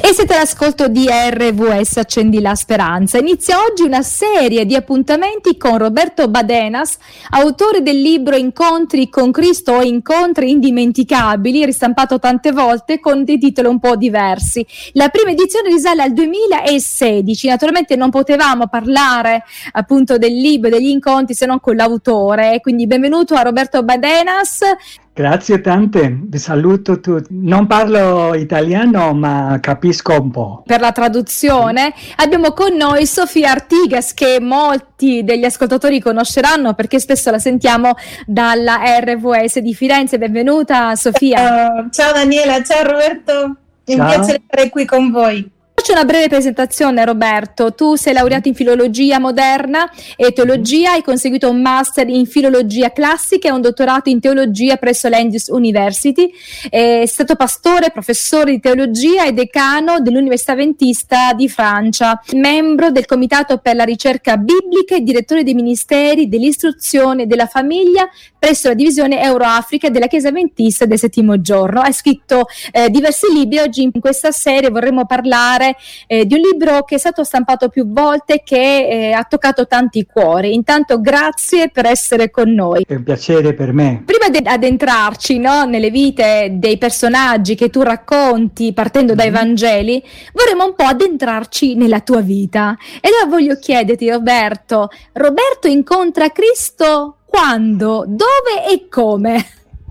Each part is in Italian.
E siete all'ascolto di RVS Accendi la Speranza. Inizia oggi una serie di appuntamenti con Roberto Badenas, autore del libro Incontri con Cristo o Incontri indimenticabili, ristampato tante volte con dei titoli un po' diversi. La prima edizione risale al 2016. Naturalmente non potevamo parlare appunto del libro, degli incontri, se non con l'autore. Quindi benvenuto a Roberto Badenas. Grazie tante, vi saluto tutti. Non parlo italiano, ma capisco un po'. Per la traduzione abbiamo con noi Sofia Artigas, che molti degli ascoltatori conosceranno perché spesso la sentiamo dalla RVS di Firenze. Benvenuta Sofia. Ciao Daniela, ciao Roberto, è un piacere essere qui con voi. Faccio una breve presentazione, Roberto. Tu sei laureato in filologia moderna e teologia, hai conseguito un master in filologia classica e un dottorato in teologia presso l'Andrews University. È stato pastore, professore di teologia e decano dell'Università Adventista di Francia, membro del Comitato per la ricerca biblica e direttore dei ministeri dell'istruzione e della famiglia presso la divisione Euroafrica della Chiesa Adventista del Settimo Giorno. Hai scritto diversi libri. Oggi in questa serie vorremmo parlare di un libro che è stato stampato più volte, che ha toccato tanti cuori. Intanto grazie per essere con noi. È un piacere per me. Prima di addentrarci, nelle vite dei personaggi che tu racconti partendo dai Vangeli, vorremmo un po' addentrarci nella tua vita. E allora voglio chiederti, Roberto incontra Cristo quando, dove e come?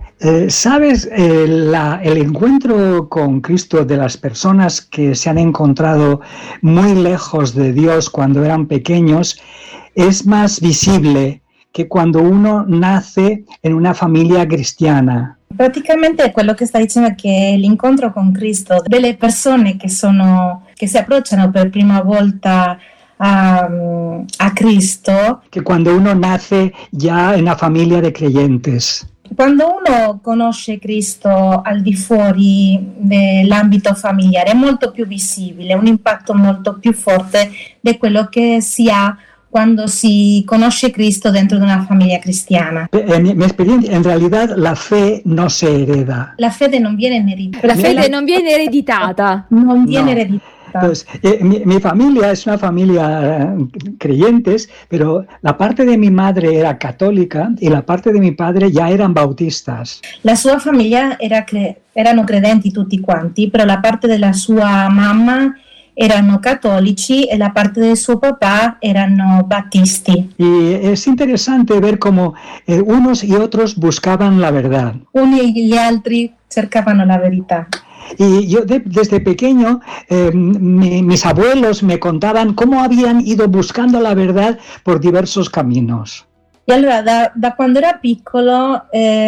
Sabes, el encuentro con Cristo de las personas que se han encontrado muy lejos de Dios cuando eran pequeños es más visible che quando uno nace in una famiglia cristiana. Praticamente quello che sta dicendo è che l'incontro con Cristo delle persone che si approcciano per prima volta a Cristo, che quando uno nace già in una famiglia di creyentes. Quando uno conosce Cristo al di fuori dell'ambito familiare è molto più visibile, un impatto molto più forte di quello che si ha quando si conosce Cristo dentro di una famiglia cristiana. Mi esperienza, in realtà la fe non si hereda. La fede non viene ereditata. La fede non viene ereditata. Non viene ereditata. Entonces, mi familia es una familia creyentes, pero la parte de mi madre era católica y la parte de mi padre ya eran bautistas. La sua famiglia erano credenti tutti quanti, però la parte della sua mamma erano cattolici e la parte del suo papà erano battisti. Y es interesante ver cómo unos y otros buscaban la verdad. Uni e gli altri cercavano la verità. Y yo desde pequeño, mis abuelos me contaban cómo habían ido buscando la verdad por diversos caminos. E allora da quando era piccolo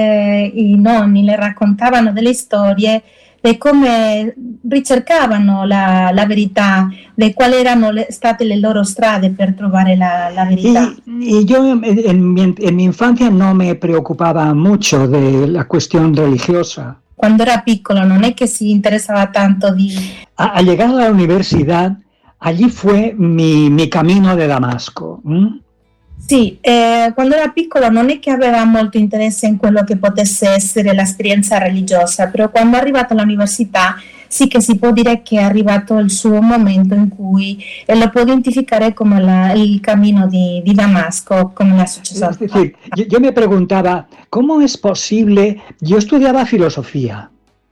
i nonni le raccontavano delle storie di come ricercavano la verità, di quali erano state le loro strade per trovare la verità. Y yo en mi infancia no me preocupaba mucho de la cuestión religiosa. Quando era piccolo non è che si interessava tanto di... Al llegar a la universidad, allí fue mi camino de Damasco. Sì, quando era piccolo non è che aveva molto interesse in quello che potesse essere l'esperienza religiosa, però quando è arrivato all'università sì che si può dire che è arrivato il suo momento in cui lo può identificare come il cammino di Damasco, come la successione. Es decir, yo me preguntaba, ¿cómo es posible? Yo estudiaba filosofía.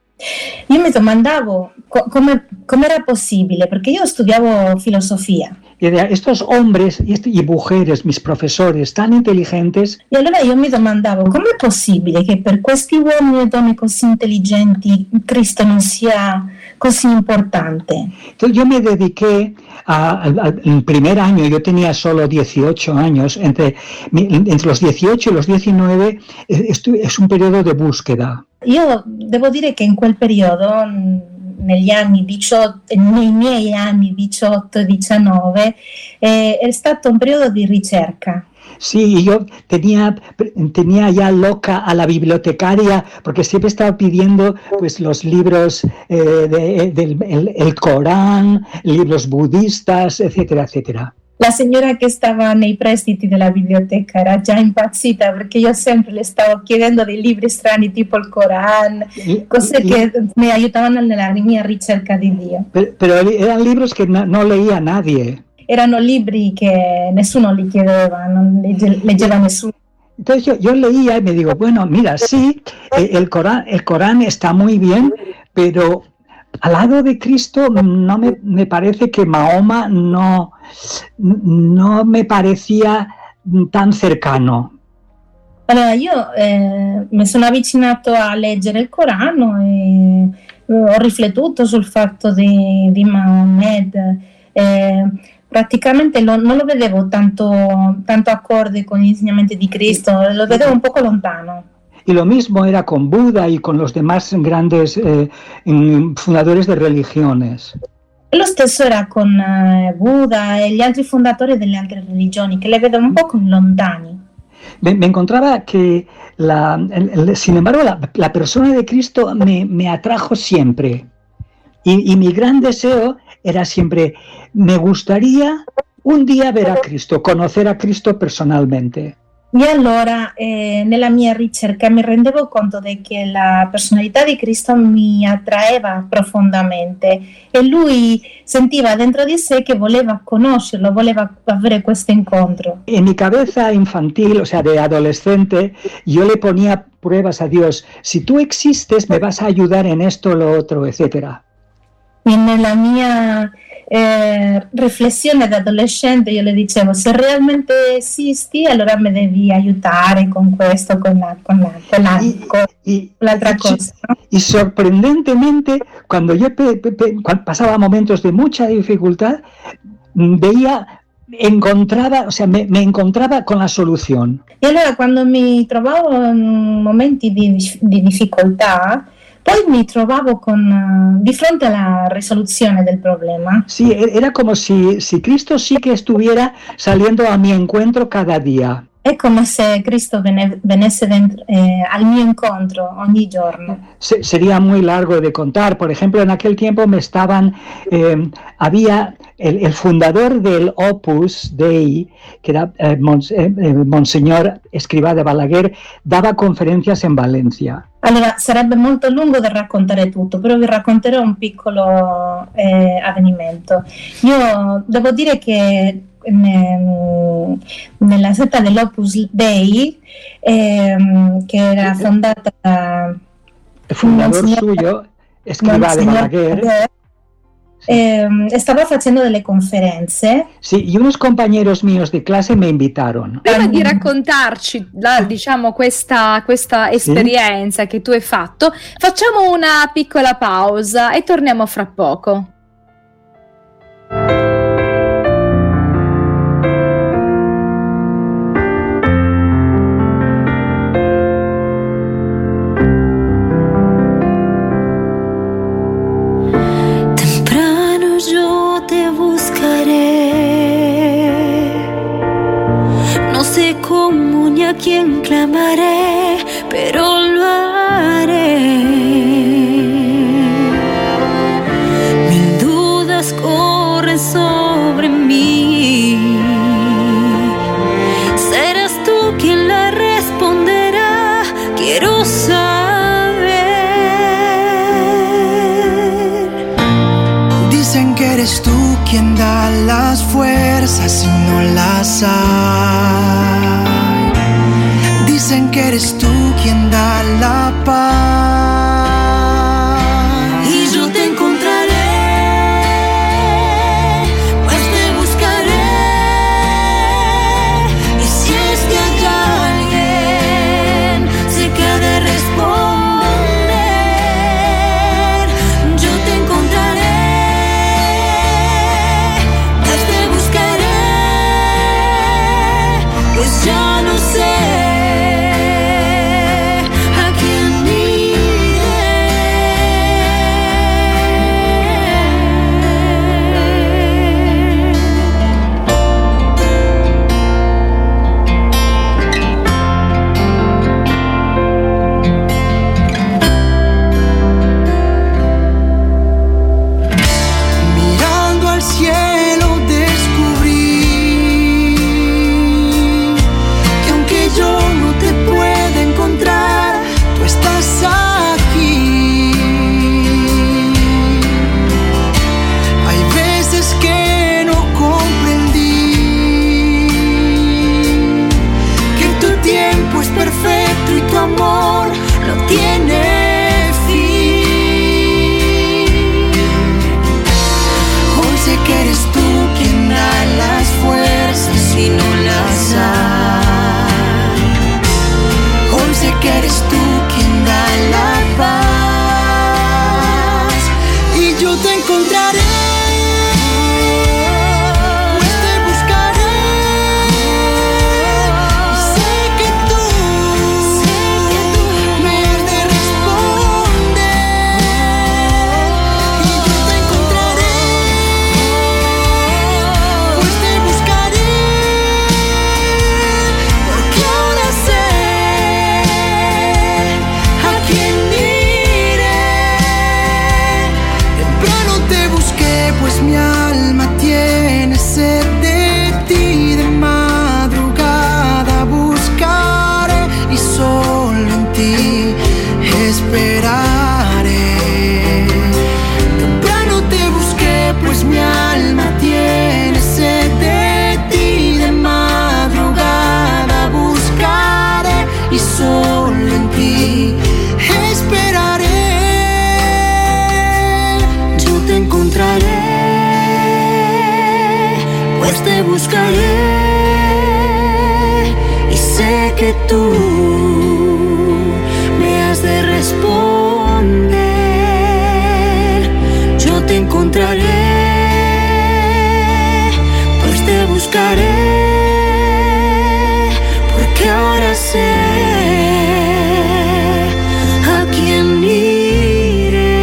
Io mi domandavo come era possibile, perché io studiavo filosofia. Y estos hombres y mujeres, mis profesores, tan inteligentes. E allora io mi domandavo, com'è possibile che per questi uomini e donne così intelligenti Cristo non sia così importante? Entonces yo me dediqué al primer año, yo tenía solo 18 años, entre los 18 y los 19 es un periodo de búsqueda. Io devo dire che in quel periodo, nei miei anni 18 e 19, è stato un periodo di ricerca. Sí, yo tenía ya loca a la bibliotecaria porque siempre estaba pidiendo pues los libros del Corán, libros budistas, etcétera, etcétera. La signora che stava nei prestiti della biblioteca era già impazzita perché io sempre le stavo chiedendo dei libri strani tipo il Coran, cose che mi aiutavano nella mia ricerca di Dio. Pero eran libros que no leía nadie. Erano libri che nessuno li chiedeva, non leggeva nessuno. Entonces yo leía y me digo, bueno, mira, sí, el Corán está muy bien, pero al lado de Cristo no me parece que Mahoma no me parecía tan cercano. Allora io mi sono avvicinato a leggere il Corano e ho riflettuto sul fatto di Mahomet. Praticamente non lo vedevo tanto accorde con gli insegnamenti di Cristo, lo vedevo un poco lontano. Y lo mismo era con Buda y con los demás grandes fundadores de religiones. Lo stesso era con Buddha e gli altri fondatori delle altre religioni, che le vedo un po' lontani. Me encontraba que, sin embargo, la persona de Cristo me atrajo siempre. Y mi gran deseo era siempre, me gustaría un día ver a Cristo, conocer a Cristo personalmente. E allora nella mia ricerca mi rendevo conto che la personalità di Cristo mi attraeva profondamente e lui sentiva dentro di sé che voleva conoscerlo, voleva avere questo incontro. En mi cabeza infantil, o sea, de adolescente, yo le ponía pruebas a Dios. Si tú existes, me vas a ayudar en esto, lo otro, etcétera. E nella mia riflessione da adolescente io le dicevo, se realmente esisti allora mi devi aiutare con questo, con l'altra cosa, ¿no? Y sorprendentemente, cuando yo pasaba momentos de mucha dificultad, encontraba con la solución. E allora quando mi trovavo in momenti di difficoltà, poi mi trovavo di fronte alla risoluzione del problema. Sí, era como si Cristo sí que estuviera saliendo a mi encuentro cada día. È come se Cristo venisse al mio incontro ogni giorno. Sería muy largo de contar. Por ejemplo, en aquel tiempo había el fundador del Opus Dei, que era Monseñor Escrivá de Balaguer, dava conferenze in Valencia. Allora, sarebbe molto lungo da raccontare tutto, però vi racconterò un piccolo avvenimento. Io devo dire che nella setta dell'Opus Dei, che era fondata da il fundador suyo, Escrivá de Balaguer, stava facendo delle conferenze. Sì, y unos compañeros míos de clase me invitaron. Prima di raccontarci diciamo questa esperienza che tu hai fatto, facciamo una piccola pausa e torniamo fra poco. A quien clamaré, pero lo haré. Mil dudas corren sobre mí. Serás tú quien la responderá. Quiero saber. Dicen que eres tú quien da las fuerzas y no las hay. Dicen que eres tú quien da la paz. Y yo te encontraré, pues te buscaré. Y si es que hay alguien, sé que ha de responder. Yo te encontraré, pues te buscaré. Pues ya no sé a quién ir. encontraré, pues te buscaré. Y sé que tú me has de responder. Yo te encontraré, pues te buscaré, porque ahora sé a quién iré.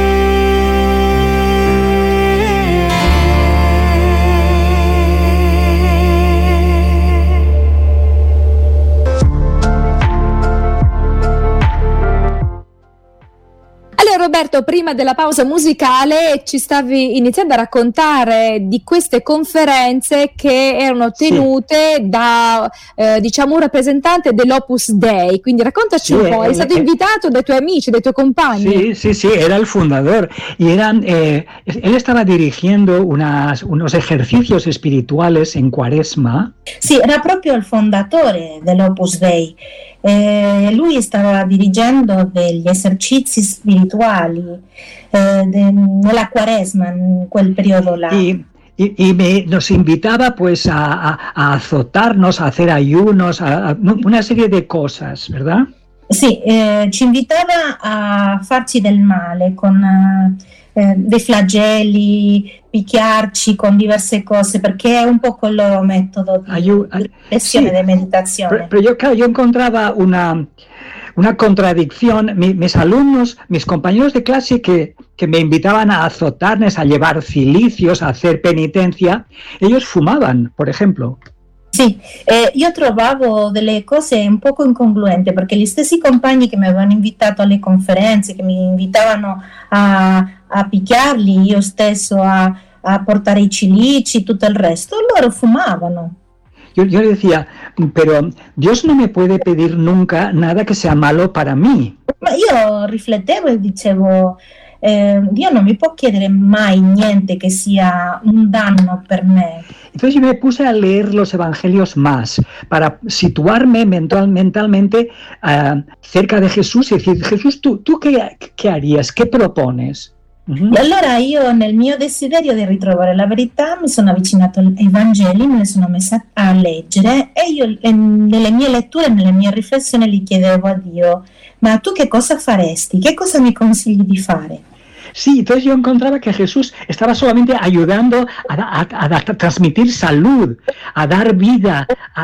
Allora Roberto, prima della pausa musicale ci stavi iniziando a raccontare di queste conferenze che erano tenute da diciamo un rappresentante dell'Opus Dei, quindi raccontaci un po', è stato invitato dai tuoi amici, dai tuoi compagni? Sí, era el fundador y él estaba dirigiendo unos ejercicios espirituales en Cuaresma. Sì, era proprio il fondatore dell'Opus Dei. Lui stava dirigendo degli esercizi spirituali nella Quaresma, in quel periodo là. Nos invitaba pues a azotarnos, a hacer ayunos, a una serie de cosas, ¿verdad? Sì, ci invitava a farci del male con dei flagelli, picchiarci con diverse cose, perché è un po' il loro metodo di riflessione e meditazione. Pero yo encontraba una contradicción. Mis alumnos, mis compañeros de clase que me invitaban a azotarles, a llevar cilicios, a hacer penitencia, ellos fumaban, por ejemplo. Sì, io trovavo delle cose un poco incongruenti, perché gli stessi compagni che mi avevano invitato alle conferenze, che mi invitavano a picchiarli, io stesso a portare i cilici, tutto il resto, loro fumavano. Yo le decía, pero Dios no me puede pedir nunca nada que sea malo para mí. Ma io riflettevo e dicevo, Dio non mi può chiedere mai niente che sia un danno per me. Entonces yo me puse a leer los evangelios más para situarme mentalmente cerca de Jesús y decir, Jesús, ¿tú qué harías? ¿Qué propones? E allora io, nel mio desiderio di ritrovare la verità, mi sono avvicinato ai Vangeli, me ne sono messa a leggere e io nelle mie letture, nelle mie riflessioni gli chiedevo a Dio, ma tu che cosa faresti? Che cosa mi consigli di fare? Sí, entonces yo encontraba que Jesús estaba solamente ayudando a transmitir salud, a dar vida,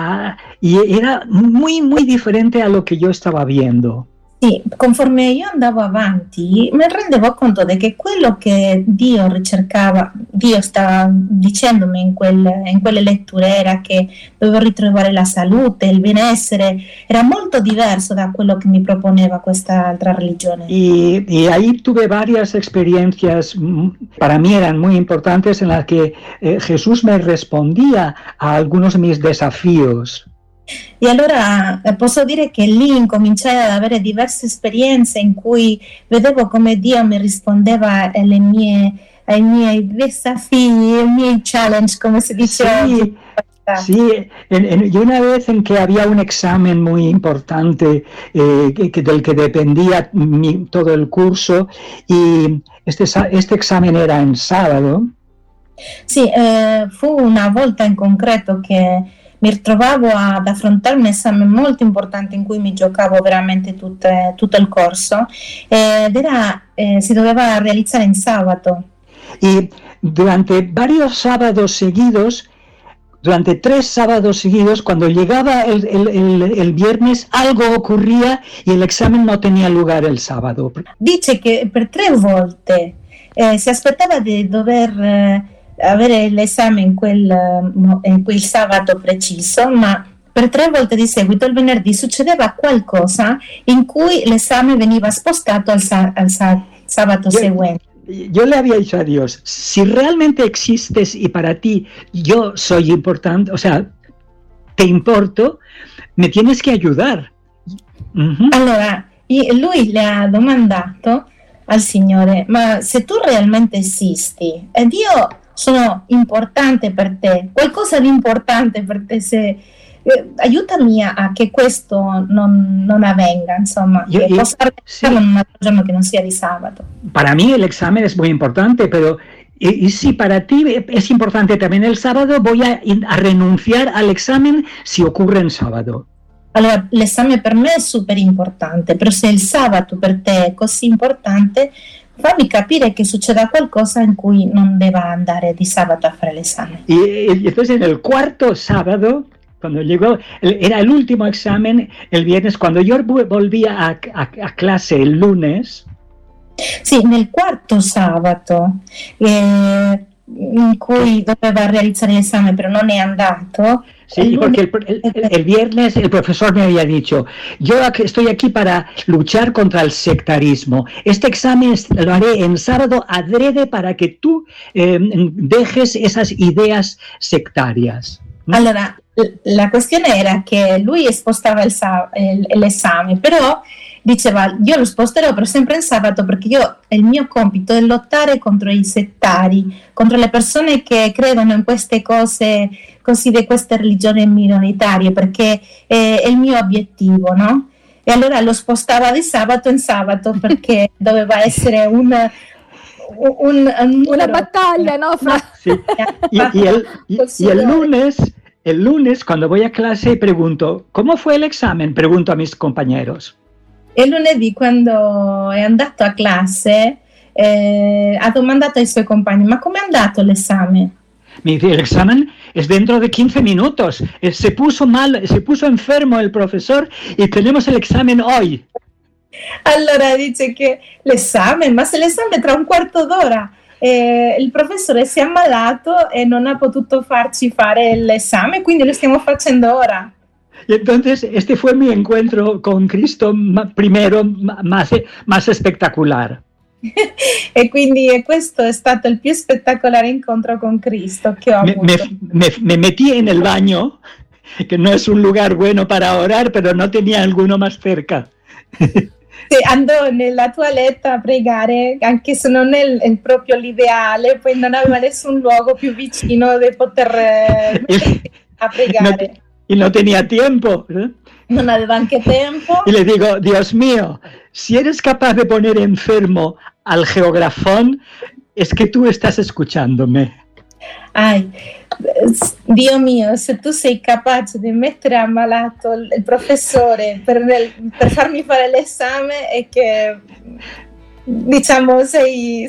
y era muy, muy diferente a lo que yo estaba viendo. Sì, conforme io andavo avanti mi rendevo conto di che quello che Dio ricercava, Dio stava dicendomi in quelle letture, era che dovevo ritrovare la salute, il benessere, era molto diverso da quello che mi proponeva questa altra religione. Y ahí tuve varias experiencias, para mí eran muy importantes, en las que Jesús me respondía a algunos de mis desafíos. E allora posso dire che lì incominciai ad avere diverse esperienze in cui vedevo come Dio mi rispondeva ai miei desafii, ai miei challenge, come si dice oggi. Sí, y una vez en que había un examen muy importante del que dependía todo el curso, y este examen era en sábado. Sì, fu una volta in concreto che mi ritrovavo ad affrontare un esame molto importante in cui mi giocavo veramente tutto il corso, ed si doveva realizzare in sabato. Y durante 3 sábados seguidos, cuando llegaba el viernes, algo ocurría y el examen no tenía lugar el sábado. Dice che per 3 volte si aspettava di dover avere l'esame in quel sabato preciso, ma per 3 volte di seguito il venerdì succedeva qualcosa in cui l'esame veniva spostato al sabato seguente. Yo le había dicho a Dios, si realmente existes y para ti yo soy importante, o sea, te importo, me tienes que ayudar. Allora, lui le ha domandato al Signore, ma se tu realmente esisti ed io sono importante per te, qualcosa di importante per te, aiutami a che questo non avvenga, insomma, che possa arrivare un altro giorno che non sia di sabato. Para mí el examen es muy importante, pero y si para ti es importante también el sábado, voy a renunciar al examen si ocurre en sábado. Allora, l'esame per me è super importante, però se il sabato per te è così importante, fammi capire che succeda qualcosa in cui non debba andare di sabato a fare l'esame. Y entonces en el cuarto sábado, cuando llegó, era el último examen el viernes, cuando yo volvía a clase el lunes. Sì, nel quarto sabato in cui doveva realizzare l'esame però non è andato. Sí, porque el viernes el profesor me había dicho, yo estoy aquí para luchar contra el sectarismo. Este examen lo haré en sábado adrede para que tú dejes esas ideas sectarias. Allora, la questione era che lui spostava l'esame, però diceva io lo sposterò per sempre in sabato perché il mio compito è lottare contro i settari, contro le persone che credono in queste cose così di queste religioni minoritarie, perché è il mio obiettivo, no? E allora lo spostava di sabato in sabato perché doveva essere una battaglia, no? Sí. Y el lunes, cuando voy a clase, pregunto, ¿cómo fue el examen? Pregunto a mis compañeros. E lunedì, quando è andato a classe, ha domandato ai suoi compagni, ma com'è andato l'esame? Me dice, el examen es dentro de 15 minutos. Se puso enfermo el profesor y tenemos el examen hoy. Allora dice che l'esame, ma se l'esame è tra un quarto d'ora, il professore si è ammalato e non ha potuto farci fare l'esame, quindi lo stiamo facendo ora. Y entonces este fue mi encuentro con Cristo primero, más espectacular. E quindi questo è stato il più spettacolare incontro con Cristo che ho avuto. Me metí en el baño, que no es un lugar bueno para orar, pero no tenía alguno más cerca. Sì, andò nella toilette a pregare, anche se non è proprio l'ideale, poi non aveva nessun luogo più vicino di poter a pregare. Y no tenía tiempo. Non aveva anche tempo. Y le digo, Dios mío, si eres capaz de poner enfermo al geografón, es que tú estás escuchándome. Ai, Dio mio, se tu sei capace di mettere ammalato il professore per farmi fare l'esame, è che, diciamo, sei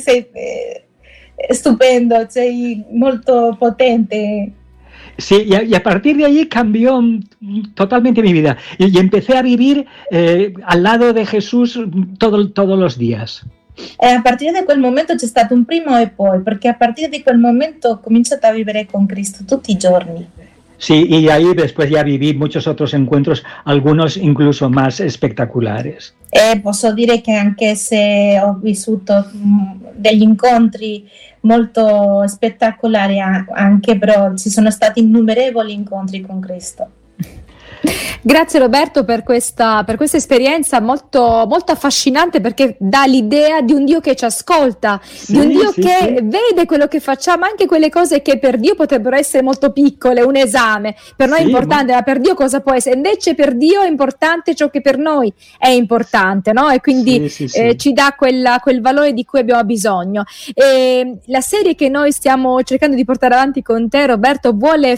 stupendo, sei molto potente. Sí, y a partir de allí cambió totalmente mi vida. Y empecé a vivir al lado de Jesús todos los días. E a partire da quel momento c'è stato un prima e poi, perché a partire di quel momento ho cominciato a vivere con Cristo tutti i giorni. Sí, y ahí después ya viví muchos otros encuentros, algunos incluso más espectaculares. E posso dire che anche se ho vissuto degli incontri molto spettacolari, anche però ci sono stati innumerevoli incontri con Cristo. Grazie Roberto per questa esperienza molto, molto affascinante, perché dà l'idea di un Dio che ci ascolta, di un Dio che vede quello che facciamo, anche quelle cose che per Dio potrebbero essere molto piccole, un esame per noi è importante, ma per Dio cosa può essere? Invece per Dio è importante ciò che per noi è importante, no? E quindi ci dà quel valore di cui abbiamo bisogno. E la serie che noi stiamo cercando di portare avanti con te, Roberto, vuole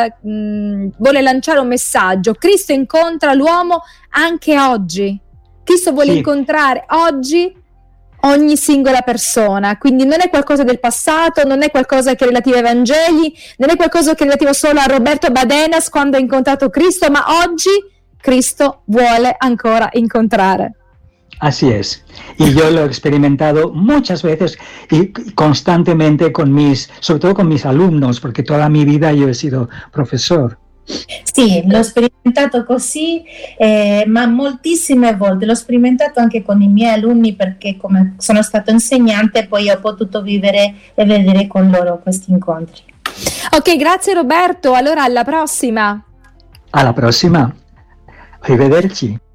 lanciare un messaggio. Cristo incontra l'uomo anche oggi. Cristo vuole incontrare oggi ogni singola persona, quindi non è qualcosa del passato, non è qualcosa che è relativo ai Vangeli, non è qualcosa che è relativo solo a Roberto Badenas quando ha incontrato Cristo, ma oggi Cristo vuole ancora incontrare. Así es, y yo lo he experimentado muchas veces y constantemente sobre todo con mis alumnos, porque toda mi vida yo he sido profesor. Sì, l'ho sperimentato così, ma moltissime volte l'ho sperimentato anche con i miei alunni, perché come sono stato insegnante poi ho potuto vivere e vedere con loro questi incontri. Ok, grazie Roberto, allora alla prossima. Alla prossima, arrivederci.